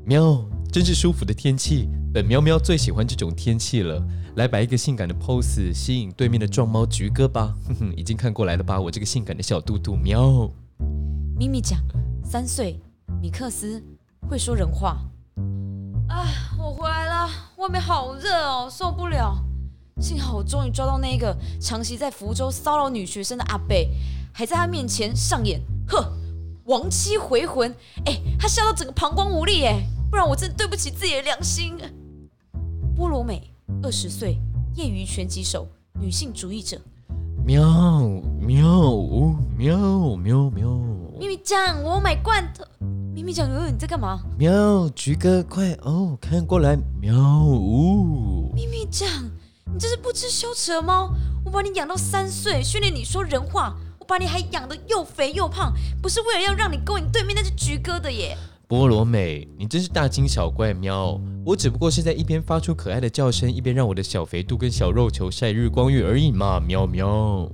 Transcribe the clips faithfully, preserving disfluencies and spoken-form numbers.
喵，真是舒服的天气，本喵喵最喜欢这种天气了。来摆一个性感的 pose， 吸引对面的壮猫菊哥吧。哼哼，已经看过来了吧？我这个性感的小肚肚喵。 咪咪讲，三岁，米克斯会说人话。哎，我回来了，外面好热哦，受不了。幸好我终于抓到那个长期在福州骚扰女学生的阿贝，还在他面前上演呵亡妻回魂。哎，他笑到整个膀胱无力哎，不然我真的对不起自己的良心。波罗美，二十岁，业余拳击手，女性主义者。 喵喵喵喵喵。 咪咪酱，我买罐头。咪咪酱，呃，你在干嘛？ 喵，菊哥，快哦，看过来，喵呜。 咪咪酱，你这是不知羞耻的猫！我把你养到三岁，训练你说人话，我把你还养得又肥又胖，不是为了要让你勾引对面那只菊哥的耶！ 波罗美，你真是大惊小怪，喵！我只不过是在一边发出可爱的叫声，一边让我的小肥肚跟小肉球晒日光浴而已嘛，喵喵。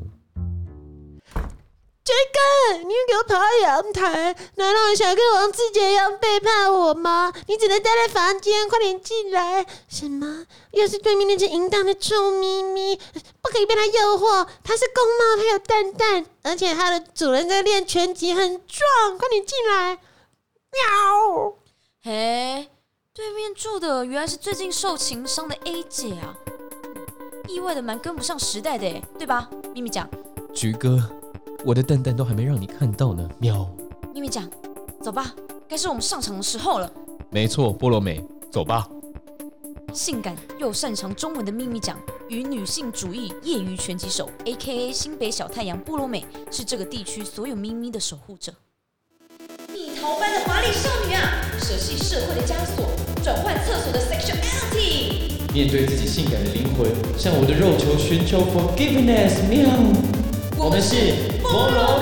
菊哥，你又给我跑到阳台，难道你想跟王志杰一样背叛我吗？你只能待在房间，快点进来！什么？又是对面那只淫荡的臭咪咪，不可以被它诱惑。它是公猫，它有蛋蛋，而且它的主人在练拳击，很壮。快点进来！喵！ 嘿，对面住的原来是最近受情伤的 A 姐啊，意外的蛮跟不上时代的耶，对吧？咪咪讲， 菊哥。我的蛋蛋都还没让你看到呢，喵！ 咪咪讲，走吧，该是我们上场的时候了。 没错，波罗美，走吧。 性感又擅长中文的咪咪讲与女性主义业余拳击手 A K A 新北小太阳波罗美是这个地区所有咪咪的守护者。蜜桃般的华丽少女啊，舍弃社会的枷锁，转换厕所的 sexuality， 面对自己性感的灵魂，向我的肉球寻求 forgiveness， 喵！我们是波罗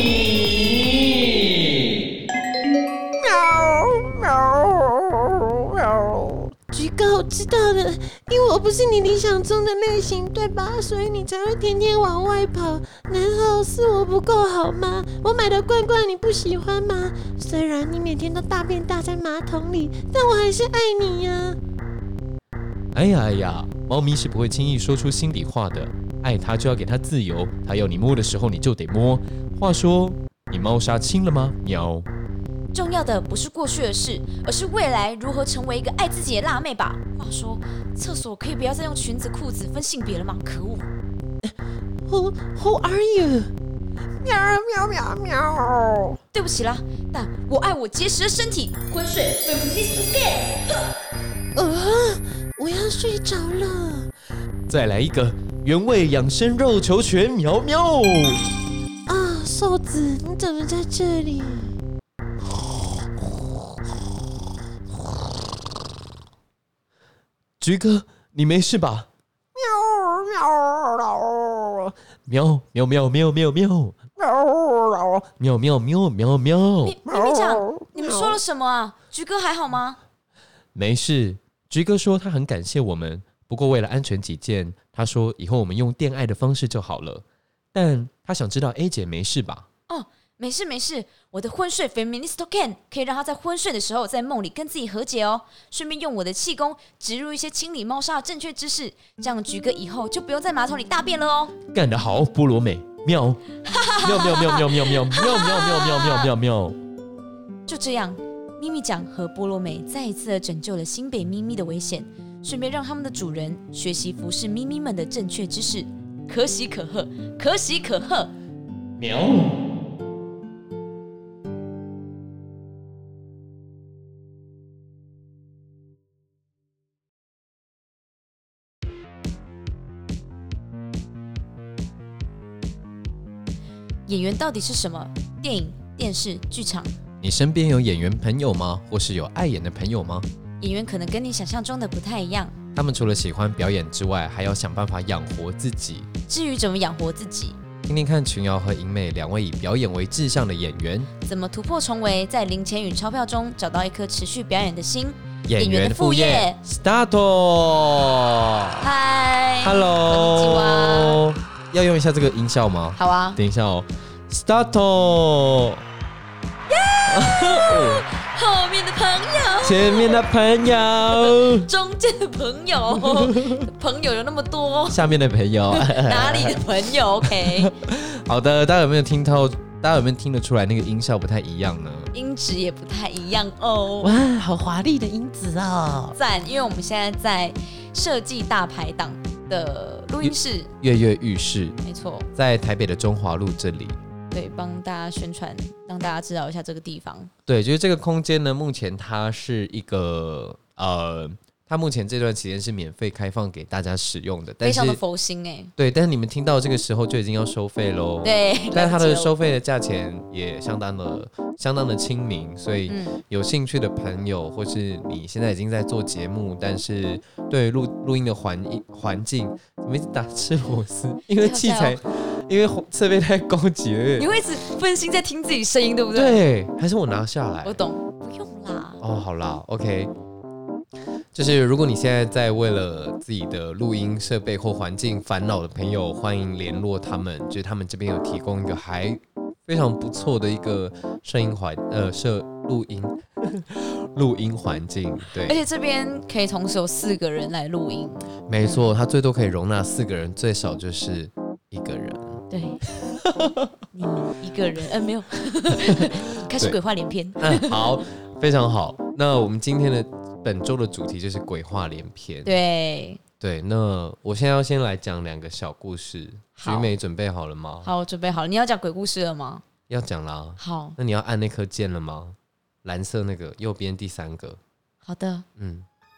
蜜。 喵喵喵！菊哥，我知道了，因为我不是你理想中的类型，对吧？所以你才会天天往外跑。难道是我不够好吗？我买的罐罐你不喜欢吗？虽然你每天都大便大在马桶里，但我还是爱你呀。 哎呀哎呀，猫咪是不会轻易说出心里话的。爱它就要给它自由，它要你摸的时候你就得摸。话说，你猫砂清了吗？喵。 重要的不是过去的事，而是未来如何成为一个爱自己的辣妹吧。话说，厕所可以不要再用裙子、裤子分性别了吗？可恶 ！Who Who are you？ 喵喵喵喵！ 对不起啦，但我爱我结实的身体。昏睡 ，feminist again。 呃，我要睡着了。 再来一个原味养生肉球拳，喵喵！ 啊，瘦子，你怎么在这里？ 菊哥，你没事吧？喵喵喵喵喵喵喵喵喵喵喵喵！ 咪咪咪讲，你们说了什么啊？菊哥还好吗？ 没事，菊哥说他很感谢我们。不过为了安全起见，他说以后我们用恋爱的方式就好了。但他想知道 A 姐没事吧？ 哦，没事没事，我的昏睡 feminist can 可以让他在昏睡的时候在梦里跟自己和解哦。顺便用我的气功植入一些清理猫砂的正确知识，这样菊哥以后就不用在马桶里大便了哦。 干得好，波罗美，喵喵喵喵喵喵喵喵喵喵喵喵喵喵！ 就这样，咪咪讲和波罗美再一次的拯救了新北咪咪的危险。顺便让他们的主人学习服侍咪咪们的正确知识，可喜可贺，可喜可贺。 喵！ 演员到底是什么？电影、电视、剧场。 你身边有演员朋友吗？或是有爱演的朋友吗？ 演员可能跟你想象中的不太一样， 他们除了喜欢表演之外，还要想办法养活自己。 至于怎么养活自己， 听听看群瑶和银美两位以表演为志向的演员， 怎么突破重围，在零钱与钞票中找到一颗持续表演的心。 演员的副业 ，Start！ 嗨 ，Hello， 要用一下这个音效吗？ 好啊， 等一下哦 ，Start！ 后面的朋友。 前面的朋友， 中间的朋友，朋友有那么多， 下面的朋友， 哪里的朋友 ？OK， 好的，大家有没有听到？大家有没有听得出来那个音效不太一样呢？ 音质也不太一样哦。 哇，好华丽的音质哦！ 赞，因为我们现在在设计大排档的录音室， 跃跃欲试， 没错， 在台北的中华路这里。 对，帮大家宣传，让大家知道一下这个地方。 对，就是这个空间呢，目前它是一个呃。它目前这段期间是免费开放给大家使用的，但是非常的佛心哎、欸。 对，但是你们听到这个时候就已经要收费喽。 对， 但它的收费的价钱也相当的相当的亲民，所以有兴趣的朋友，或是你现在已经在做节目，但是对录录音的环环境，怎么一直打吃螺丝？因为器材，因为设备太高级了， 你会一直分心在听自己声音，对不对？ 对，还是我拿下来？ 我懂，不用啦。 哦，好啦 ，OK。就是如果你现在在为了自己的录音设备或环境烦恼的朋友，欢迎联络他们，就是他们这边有提供一个还非常不错的一个摄音环呃摄录音录音环境，对， 而且这边可以同时有四个人来录音， 没错，它最多可以容纳四个人，最少就是一个人， 对，你们一个人，呃，没有，开始鬼话连篇， 嗯，好，非常好，那我们今天的。本周的主题就是鬼话连篇。 对对，那我现在要先来讲两个小故事。菊美准备好了吗？ 好，我准备好了。你要讲鬼故事了吗？ 要讲啦。 好， 那你要按那颗键了吗？蓝色那个右边第三个。 好的。 嗯。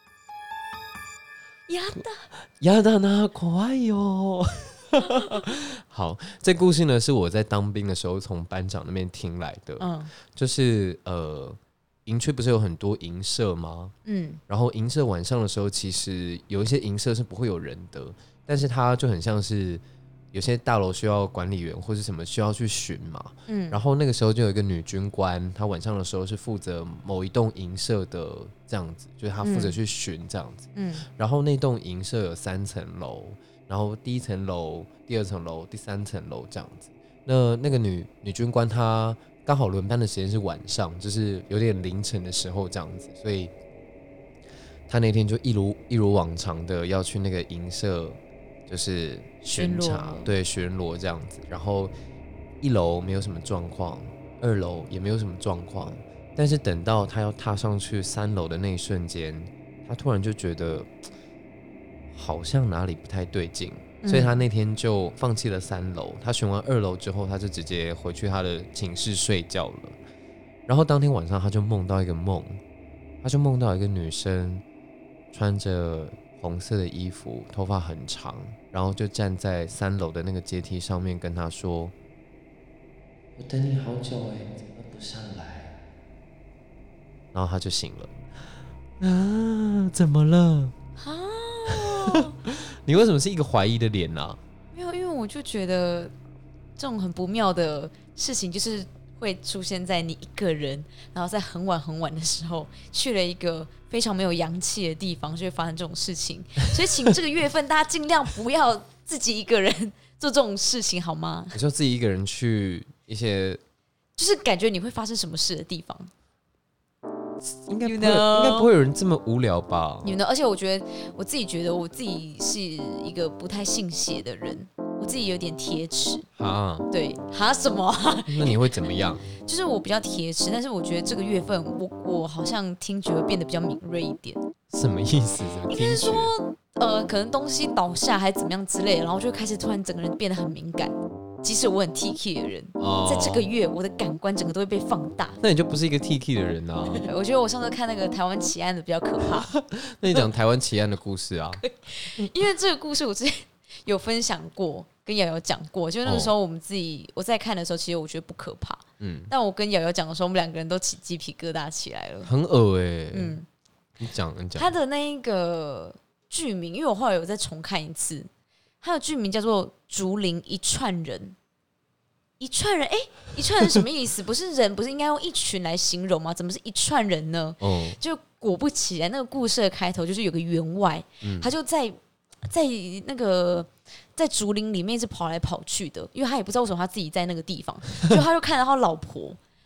やだやだな怖いよ。好，这故事呢是我在当兵的时候从班长那边听来的。嗯，就是呃。营区不是有很多营舍吗？嗯，然后营舍晚上的时候，其实有一些营舍是不会有人的，但是它就很像是有些大楼需要管理员或是什么需要去巡嘛。嗯，然后那个时候就有一个女军官，她晚上的时候是负责某一栋营舍的这样子，就是她负责去巡这样子。嗯，然后那栋营舍有三层楼，然后第一层楼、第二层楼、第三层楼这样子。那那个女女军官她。刚好轮班的时间是晚上，就是有点凌晨的时候这样子，所以他那天就一如一如往常的要去那个营舍，就是巡查，对，巡逻这样子。然后一楼没有什么状况，二楼也没有什么状况，但是等到他要踏上去三楼的那一瞬间，他突然就觉得好像哪里不太对劲。所以他那天就放弃了三楼，他选完二楼之后，他就直接回去他的寝室睡觉了。然后当天晚上，他就梦到一个梦，他就梦到一个女生穿着红色的衣服，头发很长，然后就站在三楼的那个阶梯上面跟他说：“我等你好久哎，怎么不上来？”然后他就醒了。啊，怎么了？啊！你为什么是一个怀疑的脸呢、啊？ 没有，因为我就觉得这种很不妙的事情，就是会出现在你一个人，然后在很晚很晚的时候去了一个非常没有阳气的地方，就会发生这种事情。所以，请这个月份大家尽量不要自己一个人做这种事情，好吗？ 你说自己一个人去一些， 就是感觉你会发生什么事的地方。 应该不会， you know? 应该不会有人这么无聊吧？ 你呢？而且我觉得，我自己觉得我自己是一个不太信邪的人，我自己有点铁齿啊。对，哈什么、啊？ 那你会怎么样？ 就是我比较铁齿，但是我觉得这个月份我，我我好像听觉会变得比较敏锐一点。 什么意思？什么应该是说，呃，可能东西倒下还是怎么样之类的，然后就开始突然整个人变得很敏感。即使我很 T K 的人，哦、在这个月我的感官整个都会被放大。 那你就不是一个 T K 的人啊！ 我觉得我上次看那个台湾奇案的比较可怕。 那你讲台湾奇案的故事啊？ 因为这个故事我之前有分享过，跟瑶瑶讲过。就那个时候我们自己、哦、我在看的时候，其实我觉得不可怕。嗯，但我跟瑶瑶讲的时候，我们两个人都起鸡皮疙瘩起来了， 很恶哎、欸。嗯，你讲你讲。 他的那一个剧名，因为我后来有再重看一次，他的剧名叫做《竹林一串人》。一串人，哎、欸，一串人什么意思？不是人，不是应该用一群来形容吗？怎么是一串人呢？哦，就果不其然，那个故事的开头就是有个员外，嗯、他就在在那个在竹林里面一直跑来跑去的，因为他也不知道为什么他自己在那个地方，就他就看到他老婆，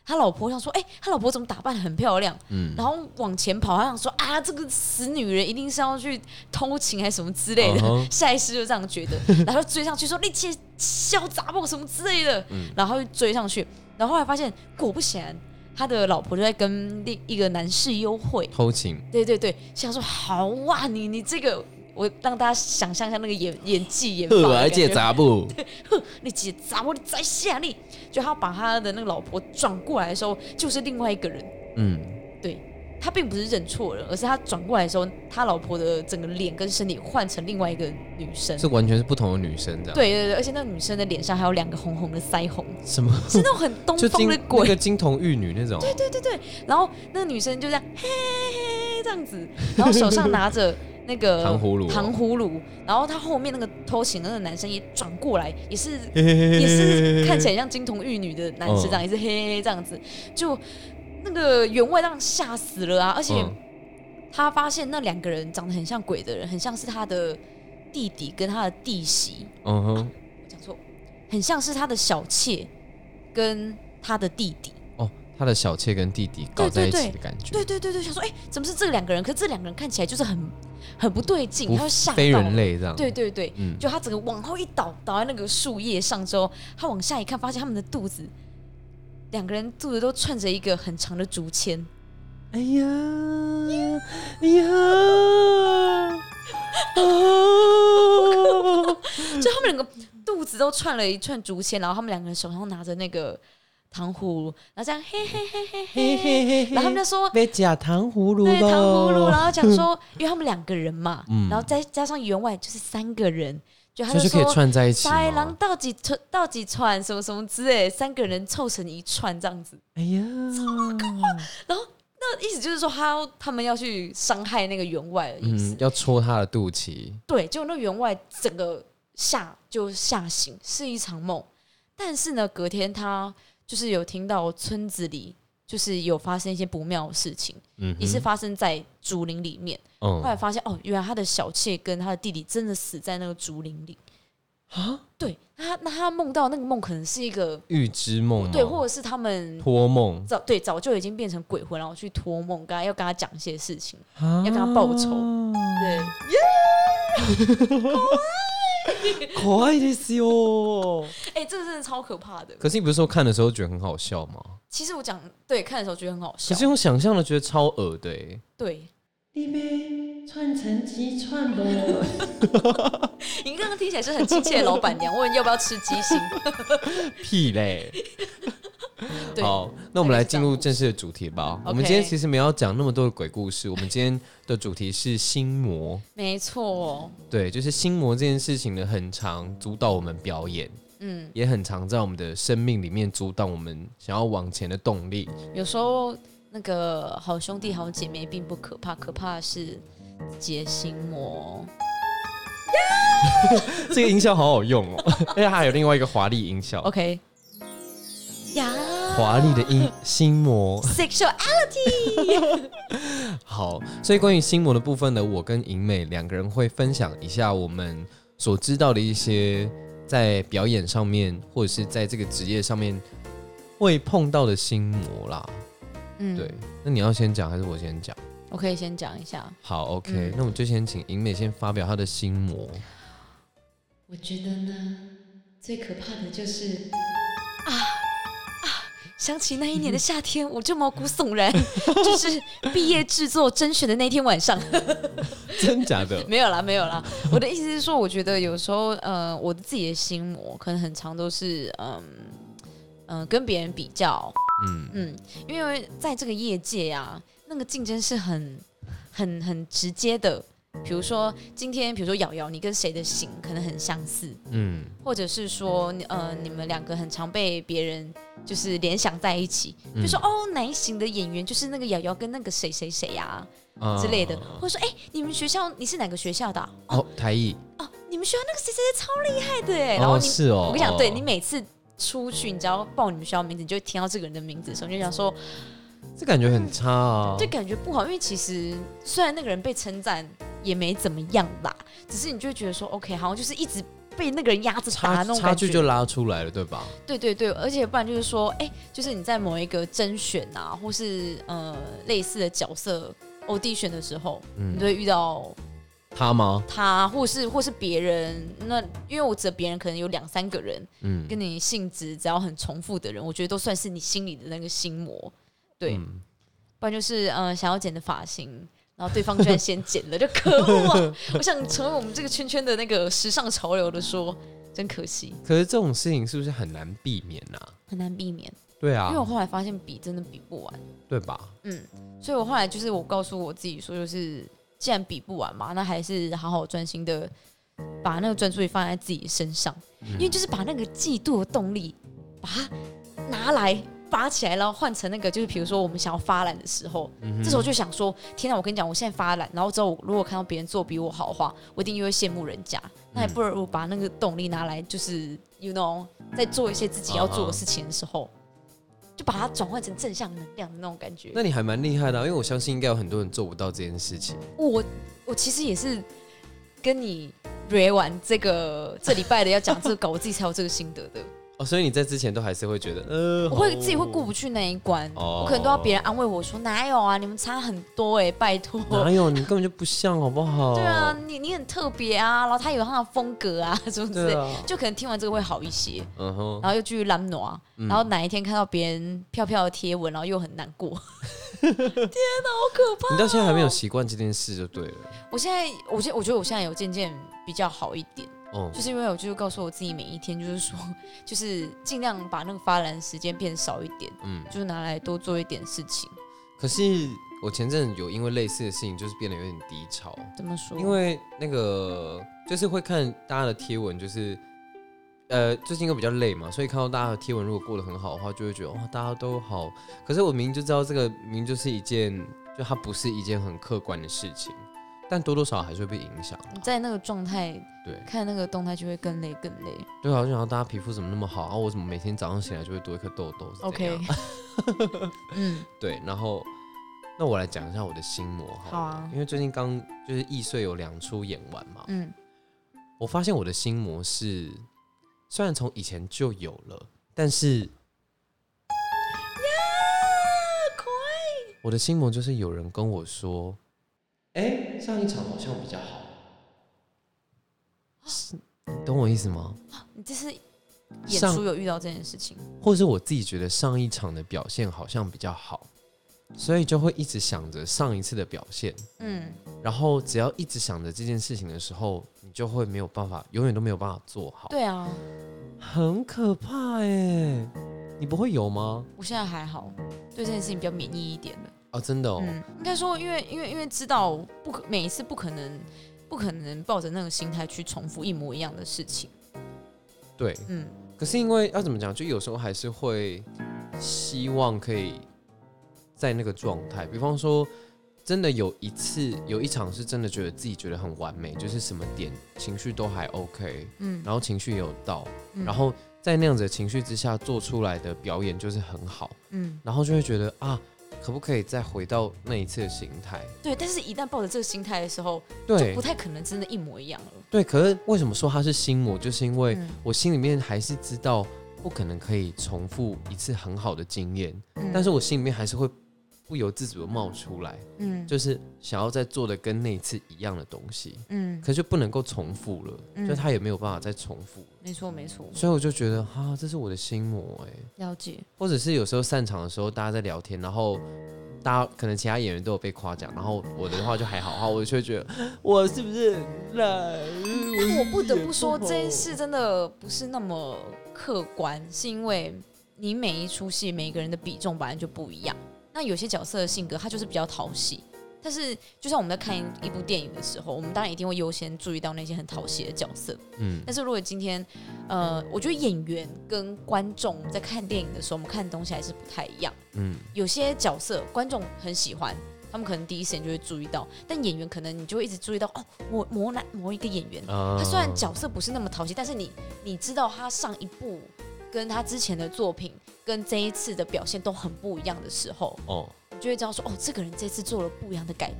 他老婆想说，哎、欸，他老婆怎么打扮得很漂亮？嗯，然后往前跑，他想说啊，这个死女人一定是要去偷情还是什么之类的， uh-huh. 下意识就这样觉得，然后追上去说你这小杂货什么之类的，嗯，然后就追上去，然后后来发现果不其然，他的老婆就在跟另一个男士幽会偷情， 对对对，想说好哇，你你这个。我让大家想象一下那个演演技演法的感觉， 呵，杂布， 你姐杂布，你再下力，就他把他的那个老婆转过来的时候，就是另外一个人。嗯，对，他并不是认错人，而是他转过来的时候，他老婆的整个脸跟身体换成另外一个女生， 是完全是不同的女生这样。 对对对，而且那个女生的脸上还有两个红红的腮红， 什么？ 是那种很东方的鬼， 那个金童玉女那种。 对对对对，然后那个女生就这样嘿嘿这样子，然后手上拿着。那个糖葫芦、哦， 糖葫芦，然后他后面那个偷情的那个男生也转过来，也是也是看起来像金童玉女的男生这样，嗯、也是嘿嘿这样子，就那个员外让吓死了啊！而且他发现那两个人长得很像鬼的人，很像是他的弟弟跟他的弟媳，嗯哼，啊、我讲错，很像是他的小妾跟他的弟弟。 他的小妾跟弟弟搞在一起的感觉， 对对对对，想说，哎、欸，怎么是这两个人？可是这两个人看起来就是很很不对劲，他就吓到非人类这样。 对对对，嗯、就他整个往后一倒，倒在那个树叶上之后，他往下一看，发现他们的肚子，两个人肚子都串着一个很长的竹签。 哎呀，哎呀， 就他们两个肚子都串了一串竹签，然后他们两个人手上拿着那个。糖葫芦，然后这样嘿嘿嘿嘿嘿嘿，然后他们就说被假糖葫芦， 对糖葫芦，然后讲说，因为他们两个人嘛，嗯、然后再加上员外就是三个人，就他就说可以串在一起， 豺狼到几串到几串什么什么之类，三个人凑成一串这样子，哎呀，超可怕。然后那意思就是说他要他们要去伤害那个员外的意思， 嗯、要戳他的肚脐。 对，结果那个员外整个吓就吓醒，是一场梦。但是呢，隔天他。就是有听到村子里就是有发生一些不妙的事情，嗯，也是发生在竹林里面。嗯、后来发现哦，原来他的小妾跟他的弟弟真的死在那个竹林里啊。对，他那他梦到那个梦可能是一个预知梦， 对，或者是他们托梦， 早对早就已经变成鬼魂，然后去托梦，跟他要跟他讲一些事情，啊、要跟他报仇。对，耶、 可愛いですよ。 哎、欸，这个真的超可怕的。 可是你不是说看的时候觉得很好笑吗？ 其实我讲对看的时候觉得很好笑， 可是用想象的觉得超恶的、欸。 对， 你被串成鸡串了。 你刚刚听起来是很亲切的老板娘，问要不要吃鸡心？ 屁嘞！好，那我们来进入正式的主题吧。我们今天其实没有讲那么多的鬼故事，我们今天的主题是心魔。 没错， 对，就是心魔这件事情呢，很常阻挡我们表演，嗯，也很常在我们的生命里面阻挡我们想要往前的动力。 有时候那个好兄弟好姐妹并不可怕，可怕的是自己的心魔。 这个音效好好用哦，而且还有另外一个华丽音效。 OK。呀， 华丽的音心魔 ，sexuality。 好，所以关于心魔的部分呢，我跟银美两个人会分享一下我们所知道的一些在表演上面或者是在这个职业上面会碰到的心魔啦。嗯，对，那你要先讲还是我先讲？ 我可以先讲一下。 好 ，OK，、嗯、那我们就先请银美先发表她的心魔。 我觉得呢，最可怕的就是啊。想起那一年的夏天，我就毛骨悚然，就是毕业制作甄选的那天晚上。 真假的？ 没有啦，没有啦。我的意思是说，我觉得有时候，呃，我的自己的心魔可能很常都是，嗯、呃，呃，跟别人比较，嗯嗯，因为在这个业界啊，那个竞争是很、很、很直接的。比如说今天，比如说瑶瑶，你跟谁的型可能很相似，嗯，或者是说，呃，你们两个很常被别人就是联想在一起，嗯、就说哦，哪一型的演员就是那个瑶瑶跟那个谁谁谁呀之类的，或者说，哎、欸，你们学校你是哪个学校的、啊？ 哦，台艺。 哦，你们学校那个谁谁谁超厉害的哎，然后你， 哦是哦， 我跟你讲，对你每次出去，你只要报你们学校名字，你就会听到这个人的名字的时候，你就想说。 这感觉很差啊， 这感觉不好，因为其实虽然那个人被称赞也没怎么样啦，只是你就会觉得说 OK 好像就是一直被那个人压着打那种感觉， 差距就拉出来了，对吧？ 对对对，而且不然就是说，哎、欸，就是你在某一个甄选啊，或是呃类似的角色 audition 的时候，嗯、你都会遇到他吗？ 他，或是或是别人。那因为我指的别人可能有两三个人，嗯，跟你性质只要很重复的人，我觉得都算是你心里的那个心魔。对，嗯、不然就是呃想要剪的发型。然后对方居然先剪了，就可恶啊！我想成为我们这个圈圈的那个时尚潮流的说，真可惜。 可是这种事情是不是很难避免啊？ 很难避免。 对啊， 因为我后来发现比真的比不完， 对吧？ 嗯，所以我后来就是我告诉我自己说，就是既然比不完嘛，那还是好好专心的把那个专注力放在自己身上，嗯、因为就是把那个嫉妒的动力把它拿来。拔起来，然后换成那个，就是比如说我们想要发懒的时候，嗯、这时候就想说：天哪！我跟你讲，我现在发懒，然后之后如果看到别人做比我好的话，我一定又会羡慕人家。嗯、那还不如把那个动力拿来，就是 you know， 在做一些自己要做的事情的时候，啊、就把它转换成正向能量的那种感觉。 那你还蛮厉害的、啊，因为我相信应该有很多人做不到这件事情。 我我其实也是跟你 read 完这个这礼拜的要讲这个稿，我自己才有这个心得的。 哦，所以你在之前都还是会觉得，呃， 我会自己会过不去那一关，哦、我可能都要别人安慰我说哪有啊，你们差很多哎、欸，拜托， 哪有，你根本就不像好不好？ 对啊，你你很特别啊，然后他有他的风格啊，什么之类，啊、就可能听完这个会好一些，嗯哼，然后又继续懒惰，嗯、然后哪一天看到别人飘飘的贴文，然后又很难过，天哪，好可怕、哦！ 你到现在还没有习惯这件事就对了。 我现在，我现我觉得我现在有渐渐比较好一点。哦、就是因为我就是告诉我自己每一天就是说，就是尽量把那个发懒时间变少一点，嗯，就是拿来多做一点事情。 可是我前阵有因为类似的事情，就是变得有点低潮。 怎么说？ 因为那个就是会看大家的贴文，就是呃最近又比较累嘛，所以看到大家的贴文如果过得很好的话，就会觉得哇大家都好。可是我明明就知道这个明明就是一件，就它不是一件很客观的事情。但多多少少还是会被影响。 你在那个状态， 对， 看那个动态就会更累更累。 对啊，就想到大家皮肤怎么那么好，然后我怎么每天早上醒来就会多一颗痘痘 ？OK， 嗯，对。然后，那我来讲一下我的心魔好了，好啊。因为最近刚就是易碎有两出演完嘛，嗯，我发现我的心魔是，虽然从以前就有了，但是，我的心魔就是有人跟我说。哎、欸，上一场好像比较好，是你懂我意思吗？ 你这是演出有遇到这件事情， 或者是我自己觉得上一场的表现好像比较好，所以就会一直想着上一次的表现，嗯，然后只要一直想着这件事情的时候，你就会没有办法，永远都没有办法做好。 对啊， 很可怕哎，你不会有吗？ 我现在还好，对这件事情比较免疫一点了。 哦，真的哦， 嗯，应该说，因为因为因为知道不可每一次不可能不可能抱着那个心态去重复一模一样的事情， 对，嗯，可是因为要怎么讲，就有时候还是会希望可以在那个状态，比方说，真的有一次有一场是真的觉得自己觉得很完美，就是什么点情绪都还 OK， 嗯，然后情绪也有到，嗯、然后在那样子的情绪之下做出来的表演就是很好，嗯，然后就会觉得啊。可不可以再回到那一次的心态？ 对，但是一旦抱着这个心态的时候，就不太可能真的一模一样了。 对，可是为什么说它是心魔？就是因为我心里面还是知道不可能可以重复一次很好的经验，嗯、但是我心里面还是会不由自主的冒出来，嗯，就是想要再做的跟那一次一样的东西，嗯，可是就不能够重复了，嗯、就它也没有办法再重复。 没错，没错。 所以我就觉得啊，这是我的心魔哎、 欸。了解。或者是有时候散场的时候，大家在聊天，然后大家可能其他演员都有被夸奖，然后我的话就还好，我就会觉得我是不是很烂？ 但我不得不说，这件事真的不是那么客观，是因为你每一出戏每一个人的比重本来就不一样。那有些角色的性格，他就是比较讨喜。但是，就像我们在看一部电影的时候，我们当然一定会优先注意到那些很讨喜的角色。嗯，但是如果今天，呃，我觉得演员跟观众在看电影的时候，我们看的东西还是不太一样。嗯，有些角色观众很喜欢，他们可能第一时间就会注意到，但演员可能你就会一直注意到哦，某某哪某一个演员，哦、他虽然角色不是那么讨喜，但是你你知道他上一部跟他之前的作品跟这一次的表现都很不一样的时候，哦。就会知道说哦，这个人这次做了不一样的改变，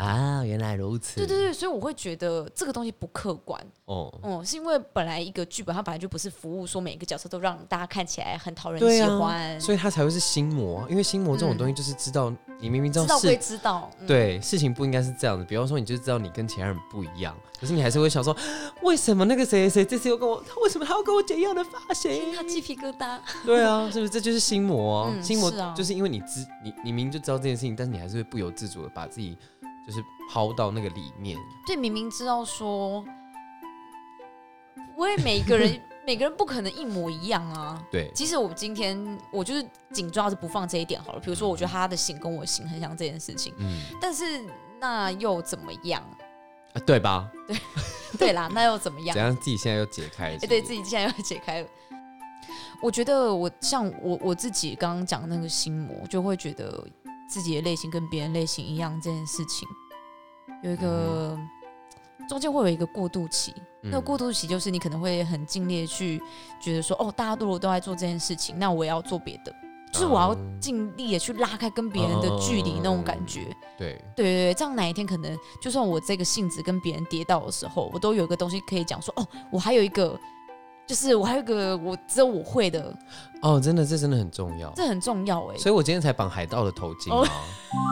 啊，原来如此。 对对对，所以我会觉得这个东西不客观。哦，嗯，是因为本来一个剧本它本来就不是服务说每个角色都让大家看起来很讨人喜欢， 啊、所以它才会是心魔。因为心魔这种东西就是知道、嗯、你明明知道知道归知道、 嗯，对，事情不应该是这样子。比方说，你就知道你跟其他人不一样，可是你还是会想说，为什么那个谁谁这次又跟我，他为什么他要跟我剪一样的发型？ 他鸡皮疙瘩。对啊，是不是这就是心魔啊？ 嗯、 心魔是就是因为你知你你明明就知道这件事情，但是你还是会不由自主的把自己就是抛到那个里面。 对，明明知道说，不会每个人每个人不可能一模一样啊。 对， 即使我今天我就是紧抓着不放这一点好了，比如说我觉得他的型跟我型很像这件事情，嗯，但是那又怎么样？ 啊，对吧？ 对，对啦，那又怎么样？ 怎样自己现在又解开了？ 欸、对自己现在又解开了。我觉得我像我我自己刚刚讲那个心魔，就会觉得自己的类型跟别人类型一样这件事情，有一个、嗯、中间会有一个过渡期。嗯、那个过渡期就是你可能会很尽力的去觉得说，哦，大家都都在做这件事情，那我也要做别的，就是我要尽力的去拉开跟别人的距离那种感觉。嗯、 对对对，这样哪一天可能就算我这个性子跟别人跌倒的时候，我都有一个东西可以讲说，哦，我还有一个。就是我还有一个我只有我会的哦，真的这真的很重要， 这很重要哎、欸， 所以我今天才绑海盗的头巾啊。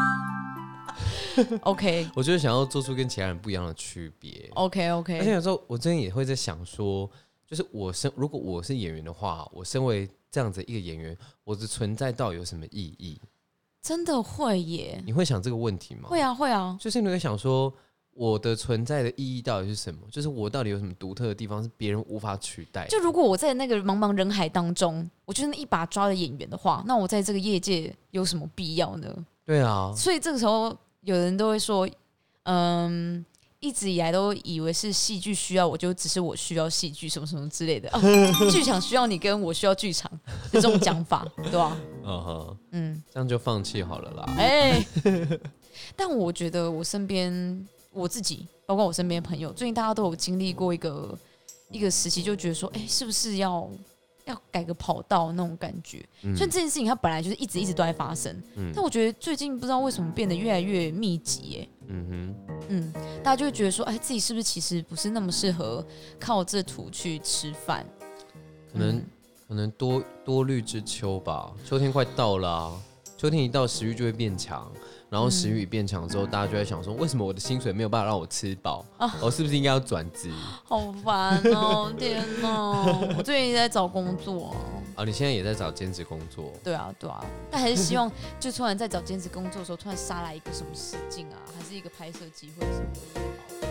OK， 我就是想要做出跟其他人不一样的区别。 OK OK， 而且有时候我最近也会在想说，就是我身如果我是演员的话，我身为这样子一个演员，我的存在到底有什么意义？ 真的会耶？ 你会想这个问题吗？ 会啊会啊， 就是你会想说。我的存在的意义到底是什么？就是我到底有什么独特的地方是别人无法取代的？ 就如果我在那个茫茫人海当中，我就是那一把抓的演员的话，那我在这个业界有什么必要呢？ 对啊， 所以这个时候有人都会说，嗯，一直以来都以为是戏剧需要我，就只是我需要戏剧什么什么之类的。哦，剧场需要你，跟我需要剧场的这种讲法，对吧？ 嗯哼，嗯，这样就放弃好了啦。 哎、欸，但我觉得我身边。我自己，包括我身边的朋友，最近大家都有经历过一个一个时期，就觉得说，哎、欸，是不是要要改个跑道那种感觉？嗯、所以这件事情它本来就是一直一直都在发生，嗯、但我觉得最近不知道为什么变得越来越密集耶。嗯哼，嗯，大家就会觉得说，哎、欸，自己是不是其实不是那么适合靠这土去吃饭？ 可能、嗯、可能多多虑之秋吧，秋天快到了、啊，秋天一到，食欲就会变强。然后食欲变强之后，嗯、大家就在想说，为什么我的薪水没有办法让我吃饱？啊、我是不是应该要转职？ 好烦哦！天哪，我最近在找工作啊。 啊，你现在也在找兼职工作？ 对啊，对啊。但还是希望，就突然在找兼职工作的时候，突然杀来一个什么试镜啊，还是一个拍摄机会什么的。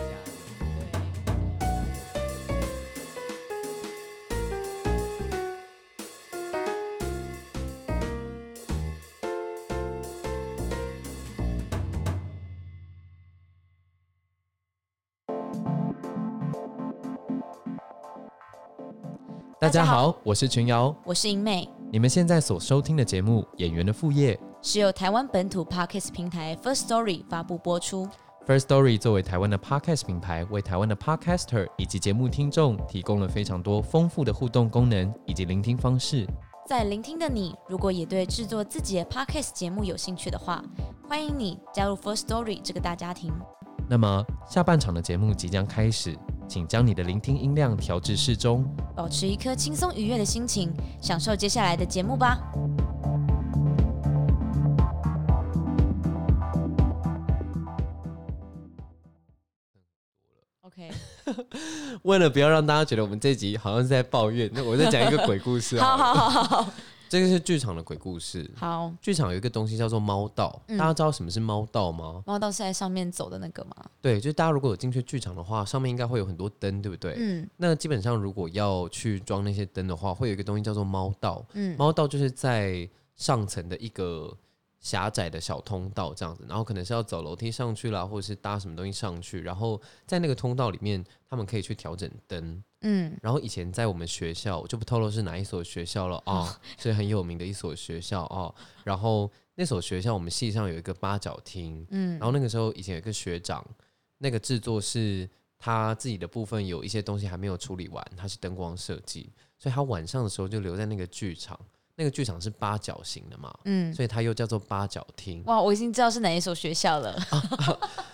大家好，我是群瑶， 我是英妹。 你们现在所收听的节目《演员的副业》 是由台湾本土 Podcast 平台 First Story 发布播出。 First Story 作为台湾的 Podcast 品牌，为台湾的 Podcaster 以及节目听众提供了非常多丰富的互动功能以及聆听方式。 在聆听的你，如果也对制作自己的 Podcast 节目有兴趣的话，欢迎你加入 First Story 这个大家庭。 那么下半场的节目即将开始，请将你的聆听音量调至适中， 保持一颗轻松愉悦的心情，享受接下来的节目吧。OK， 为了不要让大家觉得我们这集好像是在抱怨，那我再讲一个鬼故事好。 好好好好， 这个是剧场的鬼故事。 好， 剧场有一个东西叫做猫道，嗯、大家知道什么是猫道吗？ 猫道是在上面走的那个吗？ 对，就是大家如果有进去剧场的话，上面应该会有很多灯，对不对？嗯。那基本上如果要去装那些灯的话，会有一个东西叫做猫道。嗯。猫道就是在上层的一个狭窄的小通道这样子，然后可能是要走楼梯上去啦，或者是搭什么东西上去，然后在那个通道里面，他们可以去调整灯。嗯，然后以前在我们学校，我就不透露是哪一所学校了啊、哦，是很有名的一所学校哦。然后那所学校我们系上有一个八角厅，嗯，然后那个时候以前有一个学长，那个制作是他自己的部分有一些东西还没有处理完，他是灯光设计，所以他晚上的时候就留在那个剧场。那个剧场是八角形的嘛，嗯，所以它又叫做八角厅。 哇，我已经知道是哪一所学校了。 啊啊、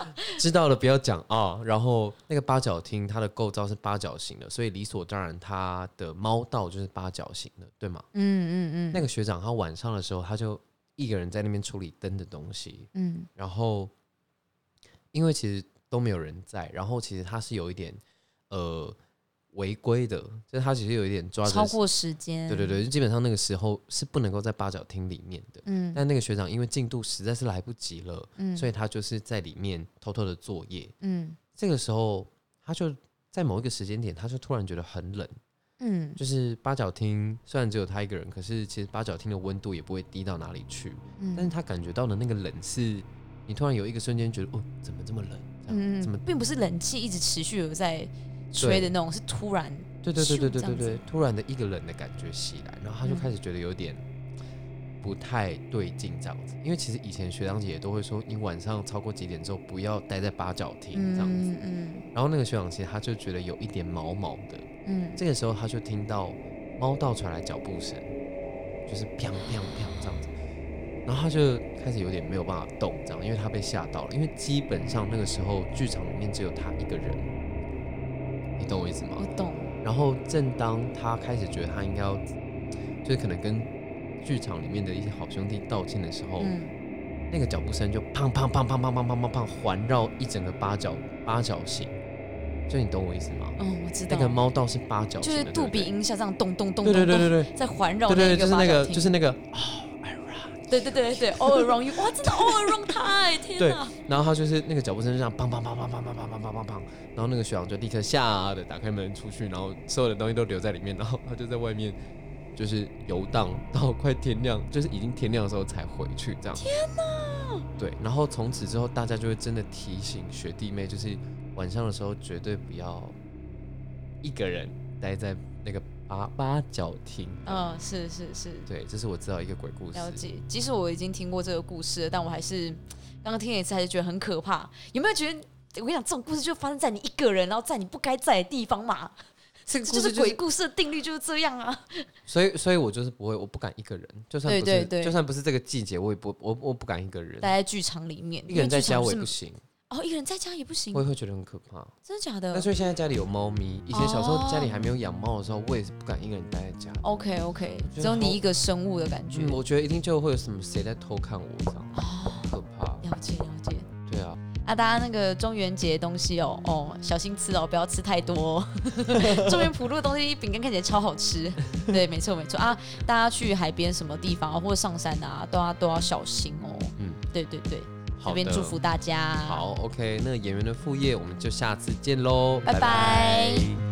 知道了，不要讲啊。然后那个八角厅，它的构造是八角形的，所以理所当然，它的猫道就是八角形的，对吗？嗯嗯嗯。那个学长他晚上的时候，他就一个人在那边处理灯的东西，嗯，然后因为其实都没有人在，然后其实他是有一点呃违规的，就是他其实有一点抓着超过时间， 对对对，基本上那个时候是不能够在八角厅里面的。嗯，但那个学长因为进度实在是来不及了，嗯，所以他就是在里面偷偷的作业。嗯，这个时候他就在某一个时间点，他就突然觉得很冷。嗯，就是八角厅虽然只有他一个人，可是其实八角厅的温度也不会低到哪里去。嗯，但是他感觉到的那个冷是，你突然有一个瞬间觉得，哦，怎么这么冷？ 嗯，怎么并不是冷气一直持续有在吹的那种，是突然。 对对对对对对对，突然的一个冷的感觉袭来，然后他就开始觉得有点不太对劲这样子。因为其实以前学长姐也都会说，你晚上超过几点之后不要待在八角厅这样子。嗯嗯。然后那个学长姐他就觉得有一点毛毛的，嗯，这个时候他就听到猫道传来脚步声，就是砰砰砰这样子，然后他就开始有点没有办法动这样，因为他被吓到了，因为基本上那个时候剧场里面只有他一个人，你懂我意思吗？ 我懂。 然后正当他开始觉得他应该要，就是可能跟剧场里面的一些好兄弟道歉的时候，嗯、那个脚步声就砰砰砰砰砰砰砰砰砰环绕一整个八角八角形，就你懂我意思吗？ 嗯，我知道。 那个猫道是八角形的， 就是杜比音效这样咚咚咚咚， 对对对对对， 在环绕那个八角厅， 就是那个， 对对对对 ，all around you， 哇，真的 all around 他，天哪！ 然后他就是那个脚步声就这样砰砰砰砰砰砰砰砰砰砰砰，然后那个学长就立刻吓的打开门出去，然后所有的东西都留在里面，然后他就在外面就是游荡到快天亮，就是已经天亮的时候才回去这样。 天哪！ 对，然后从此之后大家就会真的提醒学弟妹，就是晚上的时候绝对不要一个人待在那个八八角厅。 嗯，是是是， 对，这是我知道一个鬼故事。 了解，即使我已经听过这个故事了，但我还是刚刚听了一次，还是觉得很可怕。有没有觉得？我跟你讲，这种故事就发生在你一个人，然后在你不该在的地方嘛。这个故事、就是、就是鬼故事的定律就是这样啊。 所以，所以我就是不会，我不敢一个人，就算不是，对对对，就算不是这个季节，我也不，我我不敢一个人待在剧场里面。 一个人在家我也不行。 哦，一个人在家也不行， 我也会觉得很可怕。 真的假的？ 但所以现在家里有猫咪，以前小时候家里还没有养猫的时候，我也是不敢一个人待在家。 OK OK， 只有你一个生物的感觉。 嗯、我觉得一定就会有什么谁在偷看我这样，哦、可怕。 了解了解。 对啊。 啊，大家那个中元节的东西哦哦，小心吃哦，不要吃太多、哦。中元普渡的东西，饼干看起来超好吃。对，没错没错啊，大家去海边什么地方或者上山啊，都要都要小心哦。嗯，对对对。这边祝福大家。 好 ，OK， 那演员的副业我们就下次见喽， 拜拜。拜拜。